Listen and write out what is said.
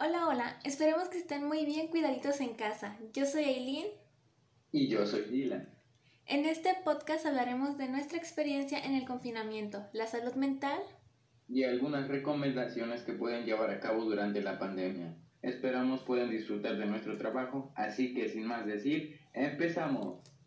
Hola, hola, esperemos que estén muy bien cuidaditos en casa. Yo soy Aileen. Y yo soy Dylan. En este podcast hablaremos de nuestra experiencia en el confinamiento, la salud mental. Y algunas recomendaciones que pueden llevar a cabo durante la pandemia. Esperamos puedan disfrutar de nuestro trabajo, así que sin más decir, empezamos.